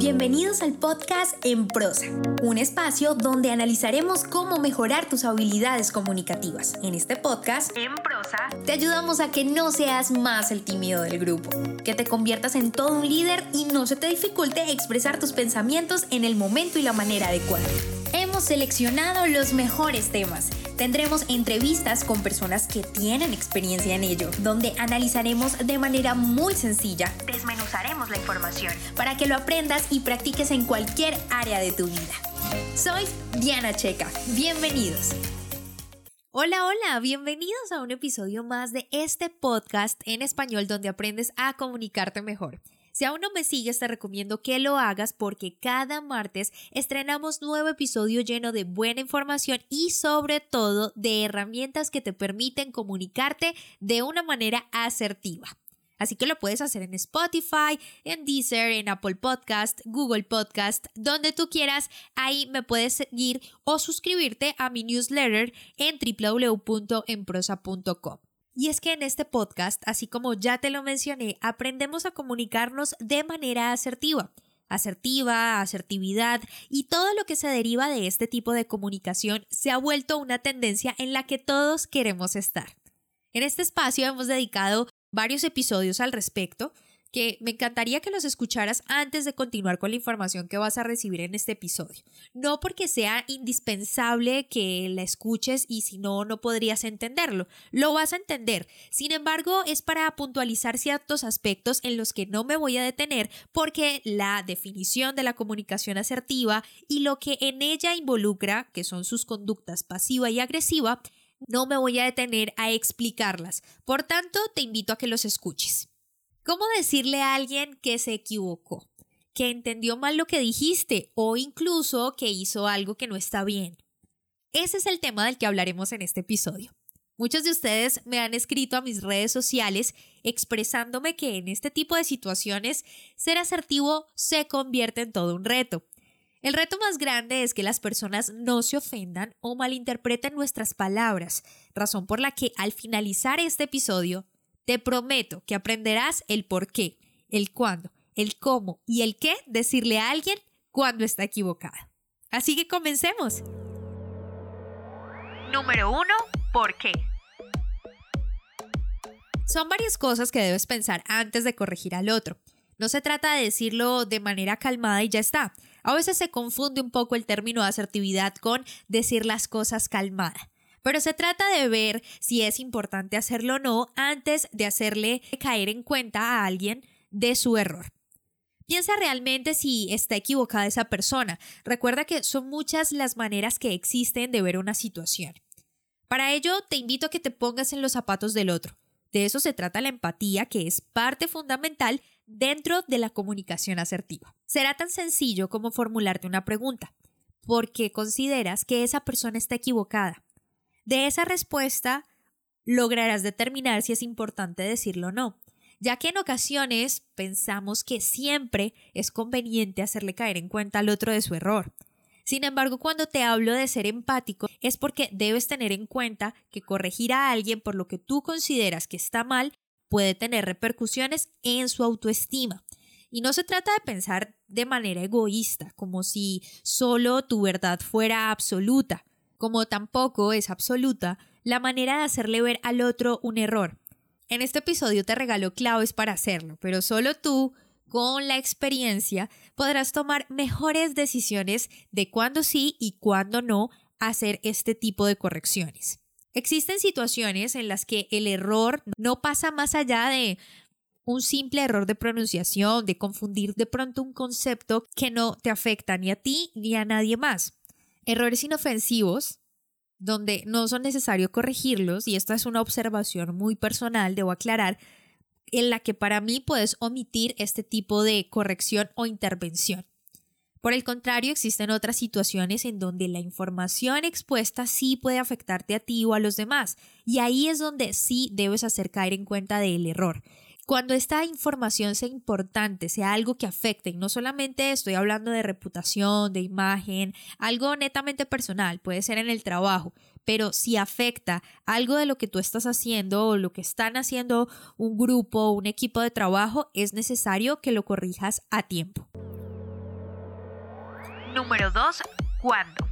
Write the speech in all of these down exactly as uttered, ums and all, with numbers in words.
Bienvenidos al podcast En Prosa, un espacio donde analizaremos cómo mejorar tus habilidades comunicativas. En este podcast, En Prosa, te ayudamos a que no seas más el tímido del grupo, que te conviertas en todo un líder y no se te dificulte expresar tus pensamientos en el momento y la manera adecuada. Hemos seleccionado los mejores temas. Tendremos entrevistas con personas que tienen experiencia en ello, donde analizaremos de manera muy sencilla, desmenuzaremos la información para que lo aprendas y practiques en cualquier área de tu vida. Soy Diana Checa, bienvenidos. Hola, hola, bienvenidos a un episodio más de este podcast en español donde aprendes a comunicarte mejor. Si aún no me sigues, te recomiendo que lo hagas porque cada martes estrenamos nuevo episodio lleno de buena información y sobre todo de herramientas que te permiten comunicarte de una manera asertiva. Así que lo puedes hacer en Spotify, en Deezer, en Apple Podcast, Google Podcast, donde tú quieras. Ahí me puedes seguir o suscribirte a mi newsletter en doble u doble u doble u punto en prosa punto com. Y es que en este podcast, así como ya te lo mencioné, aprendemos a comunicarnos de manera asertiva. Asertiva, asertividad y todo lo que se deriva de este tipo de comunicación se ha vuelto una tendencia en la que todos queremos estar. En este espacio hemos dedicado varios episodios al respecto, que me encantaría que los escucharas antes de continuar con la información que vas a recibir en este episodio. No porque sea indispensable que la escuches y si no, no podrías entenderlo. Lo vas a entender. Sin embargo, es para puntualizar ciertos aspectos en los que no me voy a detener porque la definición de la comunicación asertiva y lo que en ella involucra, que son sus conductas pasiva y agresiva, no me voy a detener a explicarlas. Por tanto, te invito a que los escuches. ¿Cómo decirle a alguien que se equivocó, que entendió mal lo que dijiste o incluso que hizo algo que no está bien? Ese es el tema del que hablaremos en este episodio. Muchos de ustedes me han escrito a mis redes sociales expresándome que en este tipo de situaciones ser asertivo se convierte en todo un reto. El reto más grande es que las personas no se ofendan o malinterpreten nuestras palabras, razón por la que al finalizar este episodio te prometo que aprenderás el por qué, el cuándo, el cómo y el qué decirle a alguien cuando está equivocada. Así que comencemos. Número uno, ¿por qué? Son varias cosas que debes pensar antes de corregir al otro. No se trata de decirlo de manera calmada y ya está. A veces se confunde un poco el término de asertividad con decir las cosas calmada. Pero se trata de ver si es importante hacerlo o no antes de hacerle caer en cuenta a alguien de su error. Piensa realmente si está equivocada esa persona. Recuerda que son muchas las maneras que existen de ver una situación. Para ello, te invito a que te pongas en los zapatos del otro. De eso se trata la empatía, que es parte fundamental dentro de la comunicación asertiva. Será tan sencillo como formularte una pregunta. ¿Por qué consideras que esa persona está equivocada? De esa respuesta lograrás determinar si es importante decirlo o no, ya que en ocasiones pensamos que siempre es conveniente hacerle caer en cuenta al otro de su error. Sin embargo, cuando te hablo de ser empático es porque debes tener en cuenta que corregir a alguien por lo que tú consideras que está mal puede tener repercusiones en su autoestima. Y no se trata de pensar de manera egoísta, como si solo tu verdad fuera absoluta. Como tampoco es absoluta la manera de hacerle ver al otro un error. En este episodio te regalo claves para hacerlo, pero solo tú, con la experiencia, podrás tomar mejores decisiones de cuándo sí y cuándo no hacer este tipo de correcciones. Existen situaciones en las que el error no pasa más allá de un simple error de pronunciación, de confundir de pronto un concepto que no te afecta ni a ti ni a nadie más. Errores inofensivos, donde no son necesarios corregirlos, y esta es una observación muy personal, debo aclarar, en la que para mí puedes omitir este tipo de corrección o intervención. Por el contrario, existen otras situaciones en donde la información expuesta sí puede afectarte a ti o a los demás, y ahí es donde sí debes hacer caer en cuenta del error. Cuando esta información sea importante, sea algo que afecte, y no solamente estoy hablando de reputación, de imagen, algo netamente personal, puede ser en el trabajo, pero si afecta algo de lo que tú estás haciendo o lo que están haciendo un grupo o un equipo de trabajo, es necesario que lo corrijas a tiempo. Número dos. ¿Cuándo?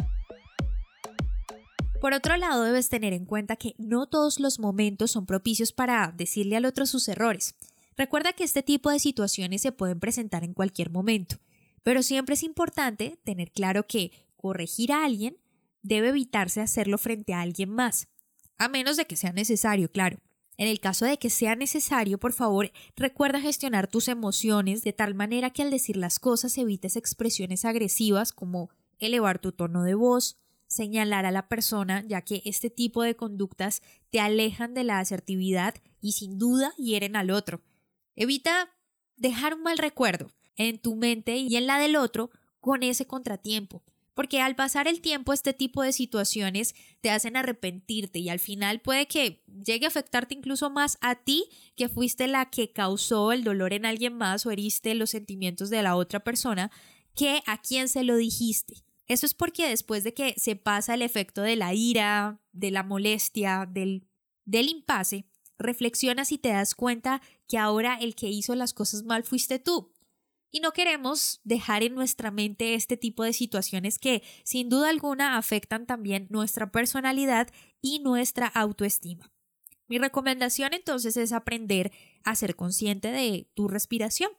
Por otro lado, debes tener en cuenta que no todos los momentos son propicios para decirle al otro sus errores. Recuerda que este tipo de situaciones se pueden presentar en cualquier momento, pero siempre es importante tener claro que corregir a alguien debe evitarse hacerlo frente a alguien más, a menos de que sea necesario, claro. En el caso de que sea necesario, por favor, recuerda gestionar tus emociones de tal manera que al decir las cosas evites expresiones agresivas como elevar tu tono de voz, señalar a la persona, ya que este tipo de conductas te alejan de la asertividad y sin duda hieren al otro. Evita dejar un mal recuerdo en tu mente y en la del otro con ese contratiempo, porque al pasar el tiempo este tipo de situaciones te hacen arrepentirte y al final puede que llegue a afectarte incluso más a ti, que fuiste la que causó el dolor en alguien más o heriste los sentimientos de la otra persona, que a quien se lo dijiste. Eso es porque después de que se pasa el efecto de la ira, de la molestia, del, del impasse, reflexionas y te das cuenta que ahora el que hizo las cosas mal fuiste tú. Y no queremos dejar en nuestra mente este tipo de situaciones que sin duda alguna afectan también nuestra personalidad y nuestra autoestima. Mi recomendación entonces es aprender a ser consciente de tu respiración.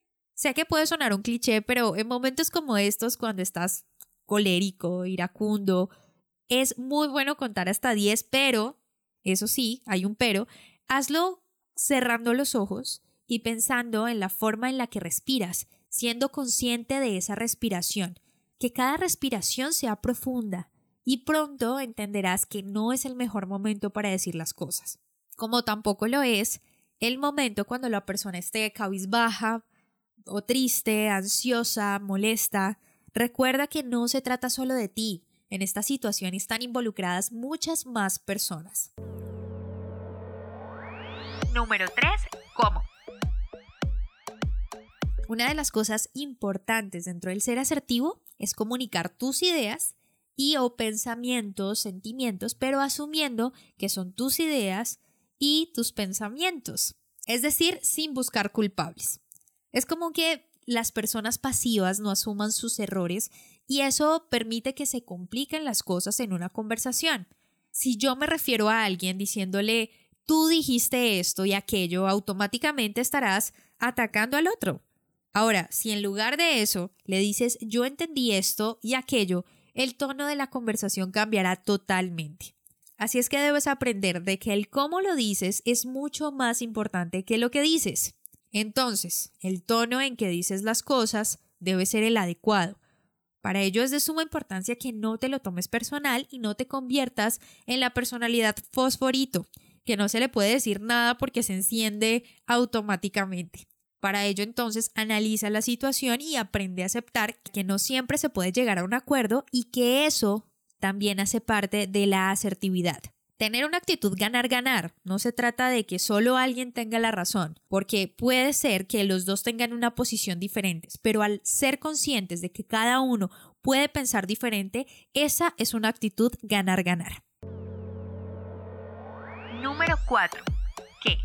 Sé que puede sonar un cliché, pero en momentos como estos, cuando estás colérico, iracundo, es muy bueno contar hasta diez, pero, eso sí, hay un pero, hazlo cerrando los ojos y pensando en la forma en la que respiras, siendo consciente de esa respiración, que cada respiración sea profunda y pronto entenderás que no es el mejor momento para decir las cosas, como tampoco lo es el momento cuando la persona esté cabizbaja o triste, ansiosa, molesta. Recuerda que no se trata solo de ti. En esta situación están involucradas muchas más personas. Número tres. ¿Cómo? Una de las cosas importantes dentro del ser asertivo es comunicar tus ideas y o pensamientos, sentimientos, pero asumiendo que son tus ideas y tus pensamientos. Es decir, sin buscar culpables. Es como que las personas pasivas no asuman sus errores y eso permite que se compliquen las cosas en una conversación. Si yo me refiero a alguien diciéndole tú dijiste esto y aquello, automáticamente estarás atacando al otro. Ahora, si en lugar de eso le dices yo entendí esto y aquello, el tono de la conversación cambiará totalmente. Así es que debes aprender de que el cómo lo dices es mucho más importante que lo que dices. Entonces, el tono en que dices las cosas debe ser el adecuado. Para ello es de suma importancia que no te lo tomes personal y no te conviertas en la personalidad fosforito, que no se le puede decir nada porque se enciende automáticamente. Para ello entonces analiza la situación y aprende a aceptar que no siempre se puede llegar a un acuerdo y que eso también hace parte de la asertividad. Tener una actitud ganar-ganar. No se trata de que solo alguien tenga la razón, porque puede ser que los dos tengan una posición diferente, pero al ser conscientes de que cada uno puede pensar diferente, esa es una actitud ganar-ganar. Número cuatro. ¿Qué?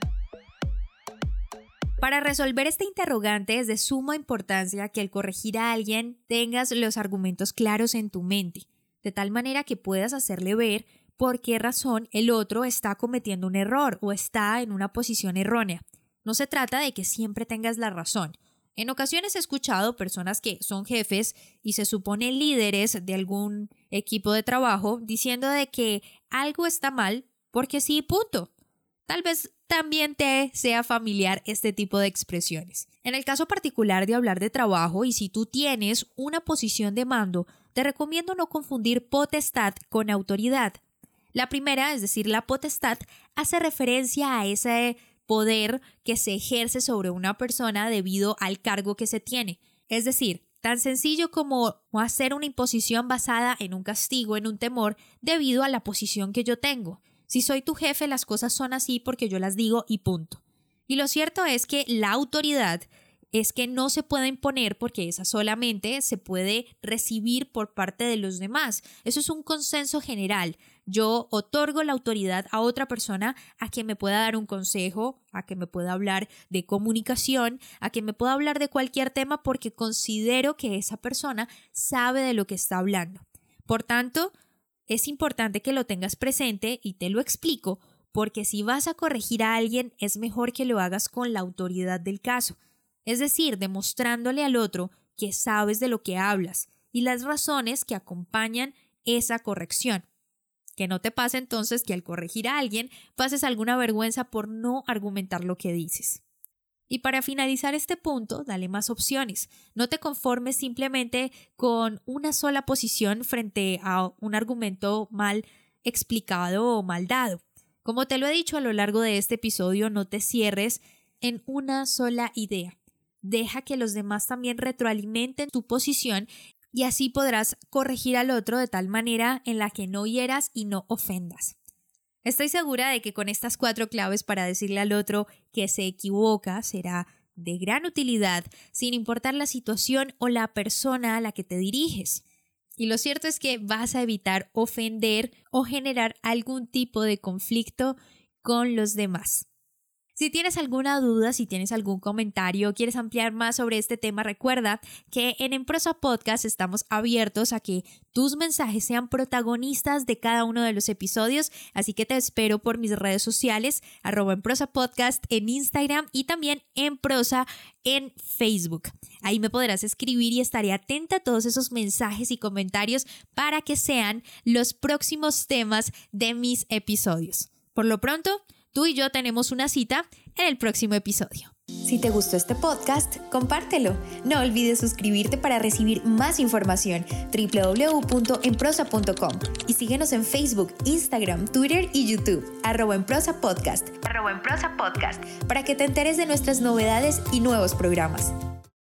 Para resolver este interrogante es de suma importancia que al corregir a alguien tengas los argumentos claros en tu mente, de tal manera que puedas hacerle ver por qué razón el otro está cometiendo un error o está en una posición errónea. No se trata de que siempre tengas la razón. En ocasiones he escuchado personas que son jefes y se suponen líderes de algún equipo de trabajo diciendo de que algo está mal porque sí, punto. Tal vez también te sea familiar este tipo de expresiones. En el caso particular de hablar de trabajo y si tú tienes una posición de mando, te recomiendo no confundir potestad con autoridad. La primera, es decir, la potestad, hace referencia a ese poder que se ejerce sobre una persona debido al cargo que se tiene. Es decir, tan sencillo como hacer una imposición basada en un castigo, en un temor, debido a la posición que yo tengo. Si soy tu jefe, las cosas son así porque yo las digo y punto. Y lo cierto es que la autoridad es que no se puede imponer porque esa solamente se puede recibir por parte de los demás. Eso es un consenso general. yo otorgo la autoridad a otra persona a que me pueda dar un consejo, a que me pueda hablar de comunicación, a que me pueda hablar de cualquier tema porque considero que esa persona sabe de lo que está hablando. Por tanto, es importante que lo tengas presente y te lo explico, porque si vas a corregir a alguien es mejor que lo hagas con la autoridad del caso, es decir, demostrándole al otro que sabes de lo que hablas y las razones que acompañan esa corrección. Que no te pase entonces que al corregir a alguien pases alguna vergüenza por no argumentar lo que dices. Y para finalizar este punto, dale más opciones. No te conformes simplemente con una sola posición frente a un argumento mal explicado o mal dado. Como te lo he dicho a lo largo de este episodio, no te cierres en una sola idea. Deja que los demás también retroalimenten tu posición y así podrás corregir al otro de tal manera en la que no hieras y no ofendas. Estoy segura de que con estas cuatro claves para decirle al otro que se equivoca será de gran utilidad, sin importar la situación o la persona a la que te diriges. Y lo cierto es que vas a evitar ofender o generar algún tipo de conflicto con los demás. Si tienes alguna duda, si tienes algún comentario o quieres ampliar más sobre este tema, recuerda que en En Prosa Podcast estamos abiertos a que tus mensajes sean protagonistas de cada uno de los episodios, así que te espero por mis redes sociales, arroba En Prosa Podcast en Instagram y también En Prosa en Facebook. Ahí me podrás escribir y estaré atenta a todos esos mensajes y comentarios para que sean los próximos temas de mis episodios. Por lo pronto, tú y yo tenemos una cita en el próximo episodio. Si te gustó este podcast, compártelo. No olvides suscribirte para recibir más información. doble u doble u doble u punto en prosa punto com y síguenos en Facebook, Instagram, Twitter y YouTube. Arroba En Prosa Podcast. Arroba En Prosa Podcast. Para que te enteres de nuestras novedades y nuevos programas.